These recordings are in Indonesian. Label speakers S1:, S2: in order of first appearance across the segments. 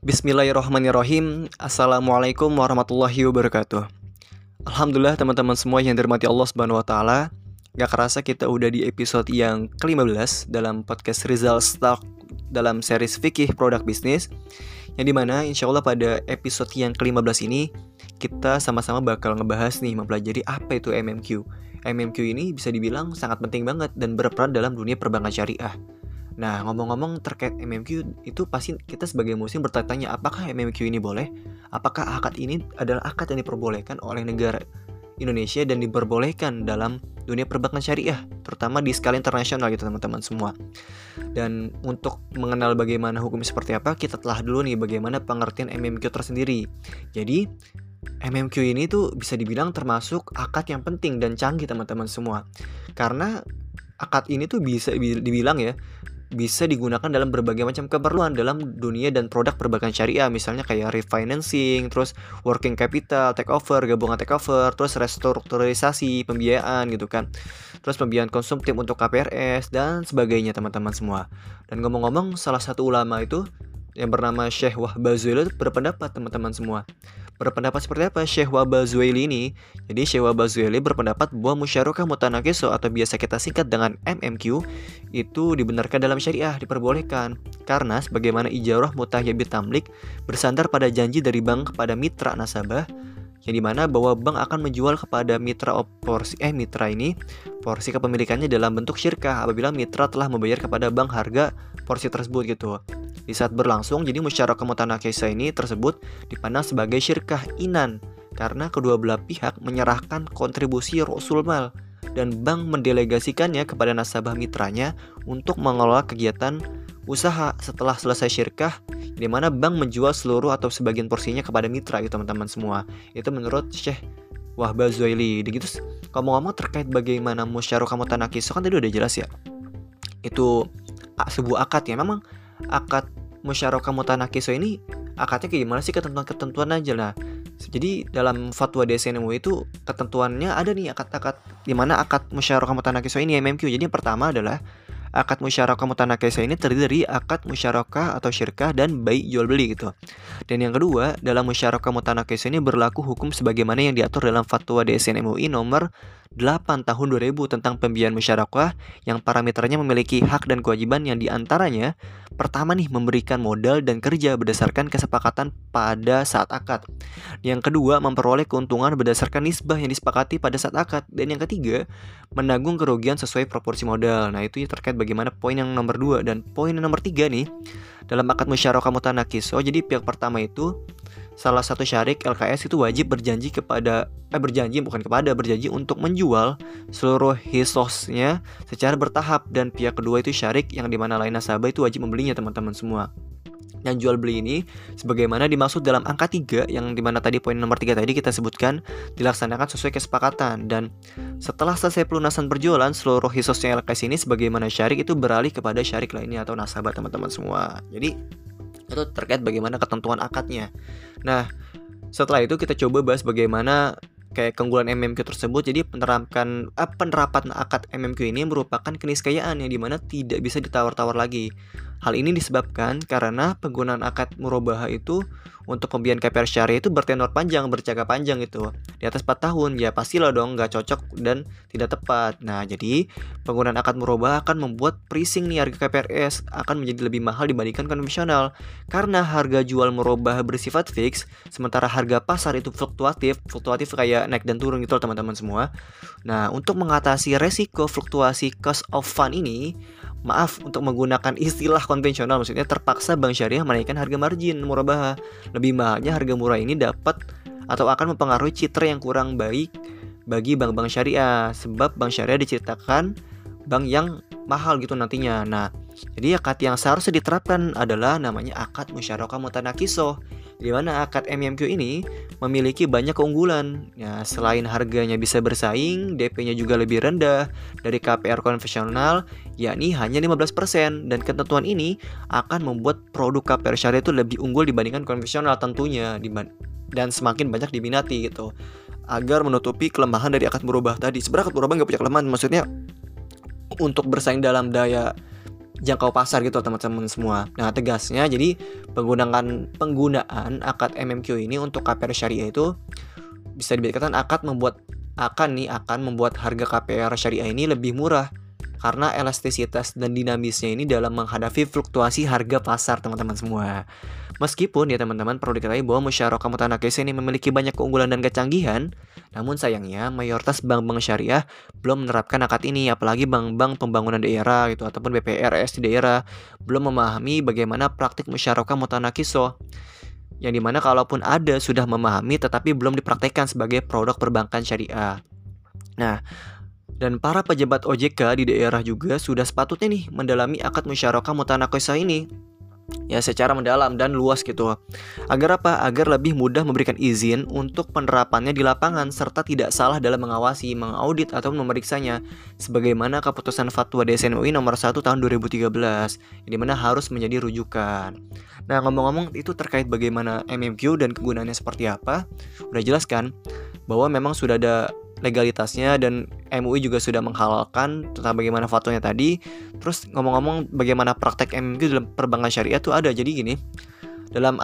S1: Bismillahirrahmanirrahim. Assalamualaikum warahmatullahi wabarakatuh. Alhamdulillah teman-teman semua yang dirahmati Allah Subhanahu wa taala. Gak kerasa kita udah di episode yang ke-15 dalam podcast Rizal Stock dalam series Fikih Produk Bisnis. Yang dimana insya Allah pada episode yang ke-15 ini kita sama-sama bakal ngebahas nih, mempelajari apa itu MMQ. MMQ ini bisa dibilang sangat penting banget dan berperan dalam dunia perbankan syariah. Nah, ngomong-ngomong terkait MMQ, itu pasti kita sebagai muslim bertanya, apakah MMQ ini boleh? Apakah akad ini adalah akad yang diperbolehkan oleh negara Indonesia dan diperbolehkan dalam dunia perbankan syariah, terutama di skala internasional gitu teman-teman semua. Dan untuk mengenal bagaimana hukum seperti apa, kita telah dulu nih bagaimana pengertian MMQ tersendiri. Jadi, MMQ ini tuh bisa dibilang termasuk akad yang penting dan canggih teman-teman semua. Karena akad ini tuh bisa dibilang ya, bisa digunakan dalam berbagai macam keperluan dalam dunia dan produk perbankan syariah, misalnya kayak refinancing, terus working capital, takeover, gabungan takeover, terus restrukturisasi, pembiayaan gitu kan, terus pembiayaan konsumtif untuk KPRS dan sebagainya teman-teman semua. Dan ngomong-ngomong, salah satu ulama itu yang bernama Syekh Wahbah Zuhaili berpendapat teman-teman semua. Berpendapat seperti apa Syekh Wahbah Zuhaili ini? Jadi Syekh Wahbah Zuhaili berpendapat bahwa musyarakah mutanaqiso atau biasa kita singkat dengan MMQ itu dibenarkan dalam syariah, diperbolehkan. Karena sebagaimana ijarah mutahyya bitamlik bersandar pada janji dari bank kepada mitra nasabah, yang dimana bahwa bank akan menjual kepada mitra porsi kepemilikannya dalam bentuk syirkah apabila mitra telah membayar kepada bank harga porsi tersebut gitu. Di saat berlangsung, jadi musyarakah mutanaqisa ini tersebut dipandang sebagai syirkah inan karena kedua belah pihak menyerahkan kontribusi rasul mal dan bank mendelegasikannya kepada nasabah mitranya untuk mengelola kegiatan usaha setelah selesai syirkah, di mana bank menjual seluruh atau sebagian porsinya kepada mitra gitu teman-teman semua. Itu menurut Syekh Wahbah Zuhaili. Gitu. Ngomong-ngomong terkait bagaimana musyarakah mutanaqisa kan tadi udah jelas ya. Itu sebuah akad ya. Memang akad musyarakah mutanaqiso ini akadnya kayak gimana sih, ketentuan-ketentuan aja lah. Jadi dalam fatwa DSN MUI itu ketentuannya ada nih akad-akad di mana akad musyarakah mutanaqiso ini MMQ. Jadi yang pertama adalah akad musyarakah mutanaqiso ini terdiri dari akad musyarakah atau syirkah dan bai jual beli gitu. Dan yang kedua, dalam musyarakah mutanaqiso ini berlaku hukum sebagaimana yang diatur dalam fatwa DSN MUI nomor 8 tahun 2000 tentang pembiayaan musyarakah yang parameternya memiliki hak dan kewajiban yang diantaranya pertama nih memberikan modal dan kerja berdasarkan kesepakatan pada saat akad. Yang kedua, memperoleh keuntungan berdasarkan nisbah yang disepakati pada saat akad. Dan yang ketiga, menanggung kerugian sesuai proporsi modal. Nah, itu terkait bagaimana poin yang nomor 2. Dan poin yang nomor 3 nih, dalam akad musyarakah mutanaqiso, jadi pihak pertama itu salah satu syarik LKS itu wajib berjanji untuk menjual seluruh hisosnya secara bertahap, dan pihak kedua itu syarik yang dimana lain nasabah itu wajib membelinya teman-teman semua. Dan jual beli ini sebagaimana dimaksud dalam angka 3 yang dimana tadi poin nomor 3 tadi kita sebutkan dilaksanakan sesuai kesepakatan. Dan setelah selesai pelunasan berjualan seluruh hisosnya LKS ini sebagaimana syarik itu beralih kepada syarik lainnya atau nasabah teman-teman semua. Jadi itu terkait bagaimana ketentuan akadnya. Nah, setelah itu kita coba bahas bagaimana kayak keunggulan MMQ tersebut. Jadi penerapan akad MMQ ini merupakan keniscayaan yang dimana tidak bisa ditawar-tawar lagi. Hal ini disebabkan karena penggunaan akad murabahah itu untuk pembiayaan KPR syariah itu bertenor panjang, berjangka panjang gitu. Di atas 4 tahun, ya pastilah dong nggak cocok dan tidak tepat. Nah, jadi penggunaan akad murabahah akan membuat pricing nih harga KPRS akan menjadi lebih mahal dibandingkan konvensional. Karena harga jual murabahah bersifat fix, sementara harga pasar itu fluktuatif kayak naik dan turun gitu teman-teman semua. Nah, untuk mengatasi resiko fluktuasi cost of fund ini, untuk menggunakan istilah konvensional, maksudnya terpaksa bank syariah menaikkan harga margin murabahah. Lebih mahalnya harga murah ini dapat atau akan mempengaruhi citra yang kurang baik bagi bank-bank syariah, sebab bank syariah diceritakan bank yang mahal gitu nantinya. Nah, jadi akad yang seharusnya diterapkan adalah namanya akad musyarakah mutanaqiso, di mana akad MMQ ini memiliki banyak keunggulan. Ya, selain harganya bisa bersaing, DP-nya juga lebih rendah dari KPR konvensional, yakni hanya 15%. Dan ketentuan ini akan membuat produk KPR syariah itu lebih unggul dibandingkan konvensional tentunya, dan semakin banyak diminati gitu, agar menutupi kelemahan dari akad murabahah tadi. Sebenarnya akad murabahah nggak punya kelemahan, maksudnya untuk bersaing dalam daya jangkau pasar gitu teman-teman semua. Nah, tegasnya jadi penggunaan akad MMQ ini untuk KPR syariah itu bisa dikatakan akan membuat harga KPR syariah ini lebih murah karena elastisitas dan dinamisnya ini dalam menghadapi fluktuasi harga pasar teman-teman semua. Meskipun ya teman-teman perlu diketahui bahwa musyarakah mutanakisah ini memiliki banyak keunggulan dan kecanggihan, namun sayangnya mayoritas bank-bank syariah belum menerapkan akad ini, apalagi bank-bank pembangunan daerah gitu ataupun BPRS di daerah belum memahami bagaimana praktik musyarakah mutanakisah. Yang dimana kalaupun ada sudah memahami tetapi belum dipraktekkan sebagai produk perbankan syariah. Nah, dan para pejabat OJK di daerah juga sudah sepatutnya nih mendalami akad musyarakah mutanakisah ini ya secara mendalam dan luas gitu. Agar apa? Agar lebih mudah memberikan izin untuk penerapannya di lapangan serta tidak salah dalam mengawasi, mengaudit atau memeriksanya sebagaimana keputusan Fatwa DSN UI nomor 1 tahun 2013 yang dimana harus menjadi rujukan. Nah, ngomong-ngomong itu terkait bagaimana MMQ dan kegunaannya seperti apa, udah jelas kan bahwa memang sudah ada legalitasnya dan MUI juga sudah menghalalkan tentang bagaimana fatwanya tadi. Terus ngomong-ngomong bagaimana praktek MMQ dalam perbankan syariah tuh ada. Jadi gini, dalam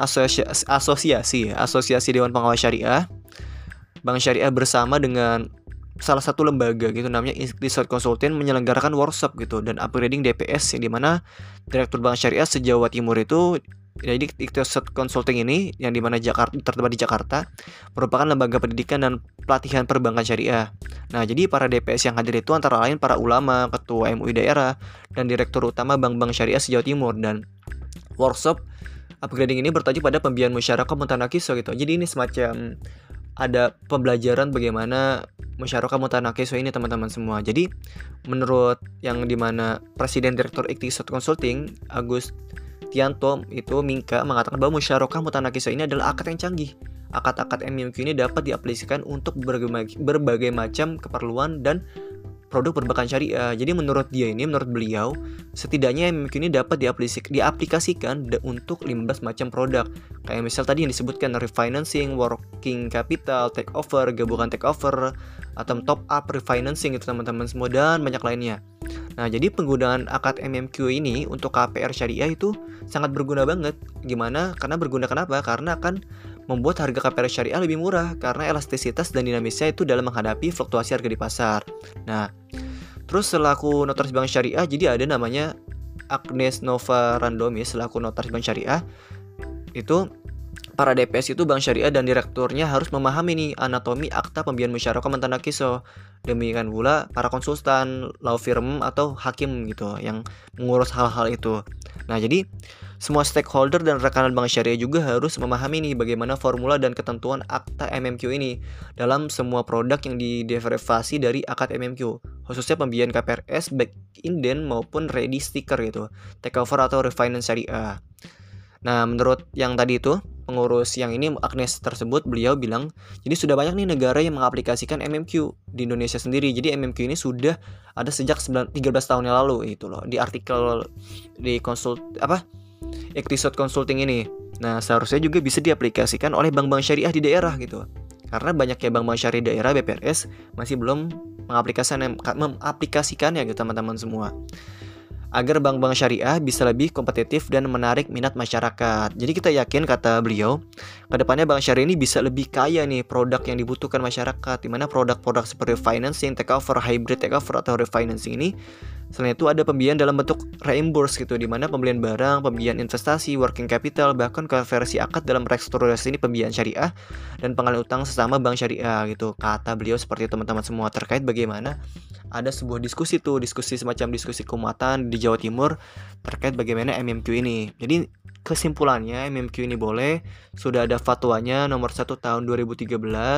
S1: asosiasi Dewan Pengawas Syariah, Bank Syariah bersama dengan salah satu lembaga gitu namanya Iqtisad Consulting menyelenggarakan workshop gitu dan upgrading DPS yang dimana Direktur Bank Syariah se-Jawa Timur itu. Jadi Iqtisad Consulting ini yang dimana terdapat di Jakarta merupakan lembaga pendidikan dan pelatihan perbankan syariah. Nah, jadi para DPS yang hadir itu antara lain para ulama, ketua MUI daerah, dan direktur utama bank-bank syariah se-Jawa Timur. Dan workshop upgrading ini bertajuk pada pembiayaan musyarakah mutanakisah gitu. Jadi ini semacam ada pembelajaran bagaimana musyarakah mutanakisah ini teman-teman semua. Jadi menurut yang dimana Presiden Direktur Iqtisad Consulting Agus Tianto itu Mingka mengatakan bahwa musyarakah mutanakisah ini adalah akad yang canggih. Akad-akad MMQ ini dapat diaplikasikan untuk berbagai macam keperluan dan produk perbankan syariah. Jadi menurut beliau, setidaknya MMQ ini dapat diaplikasikan untuk 15 macam produk. Kayak misal tadi yang disebutkan refinancing, working capital, takeover, gabungan takeover, atau top up refinancing itu teman-teman semua dan banyak lainnya. Nah, jadi penggunaan akad MMQ ini untuk KPR syariah itu sangat berguna banget. Gimana? Karena berguna kenapa? Karena akan membuat harga KPR syariah lebih murah karena elastisitas dan dinamisnya itu dalam menghadapi fluktuasi harga di pasar. Nah, terus selaku notaris bank syariah, jadi ada namanya Agnes Nova Randomi selaku notaris bank syariah. Itu para DPS itu bank syariah dan direkturnya harus memahami nih anatomi akta pembiayaan musyarakah mutanakisah. Demikian pula para konsultan, law firm atau hakim gitu yang mengurus hal-hal itu. Nah, jadi semua stakeholder dan rekanan bank syariah juga harus memahami nih bagaimana formula dan ketentuan akta MMQ ini dalam semua produk yang diderivasi dari akad MMQ, khususnya pembiayaan KPRS baik inden maupun ready sticker gitu, takeover atau refinance syariah. Nah, menurut yang tadi itu pengurus yang ini Agnes tersebut, beliau bilang jadi sudah banyak nih negara yang mengaplikasikan MMQ di Indonesia sendiri. Jadi MMQ ini sudah ada sejak 13 tahun yang lalu itu loh, di artikel di Iqtisad Consulting ini. Nah, seharusnya juga bisa diaplikasikan oleh bank-bank syariah di daerah gitu. Karena banyaknya bank-bank syariah daerah BPRS masih belum mengaplikasikannya gitu teman-teman semua. Agar bank-bank syariah bisa lebih kompetitif dan menarik minat masyarakat. Jadi kita yakin, kata beliau, kedepannya bank syariah ini bisa lebih kaya nih produk yang dibutuhkan masyarakat, dimana produk-produk seperti financing, takeover, hybrid takeover atau refinancing ini selain itu ada pembiayaan dalam bentuk reimburse gitu, dimana pembelian barang, pembiayaan investasi, working capital, bahkan konversi akad dalam restrukturisasi ini pembiayaan syariah dan pengalihan utang sesama bank syariah gitu. Kata beliau seperti teman-teman semua terkait bagaimana ada sebuah diskusi semacam diskusi keumatan di Jawa Timur terkait bagaimana MMQ ini. Jadi kesimpulannya MMQ ini boleh, sudah ada fatwanya nomor 1 tahun 2013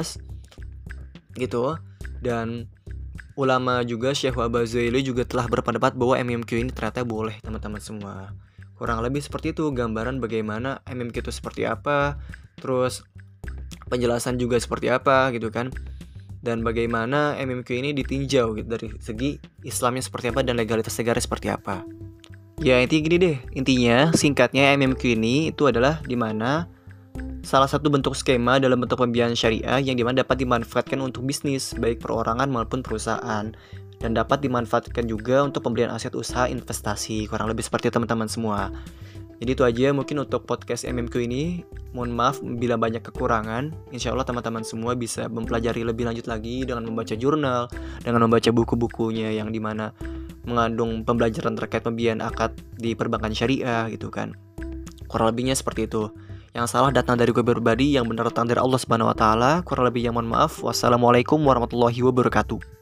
S1: gitu. Dan ulama juga Syekh Wabazaili juga telah berpendapat bahwa MMQ ini ternyata boleh teman-teman semua. Kurang lebih seperti itu gambaran bagaimana MMQ itu seperti apa, terus penjelasan juga seperti apa gitu kan. Dan bagaimana MMQ ini ditinjau gitu dari segi Islamnya seperti apa dan legalitas negara seperti apa. Ya intinya gini deh, intinya singkatnya MMQ ini itu adalah dimana salah satu bentuk skema dalam bentuk pembiayaan syariah yang dimana dapat dimanfaatkan untuk bisnis baik perorangan maupun perusahaan. dan dapat dimanfaatkan juga untuk pembelian aset usaha investasi. Kurang lebih seperti teman-teman semua. Jadi itu aja mungkin untuk podcast MMQ ini. Mohon maaf bila banyak kekurangan. Insya Allah teman-teman semua bisa mempelajari lebih lanjut lagi dengan membaca jurnal, dengan membaca buku-bukunya yang dimana mengandung pembelajaran terkait pembiayaan akad di perbankan syariah gitu kan. Kurang lebihnya seperti itu. Yang salah datang dari gue pribadi, yang benar datang dari Allah Subhanahu wa taala. Kurang lebihnya mohon maaf. Wassalamualaikum warahmatullahi wabarakatuh.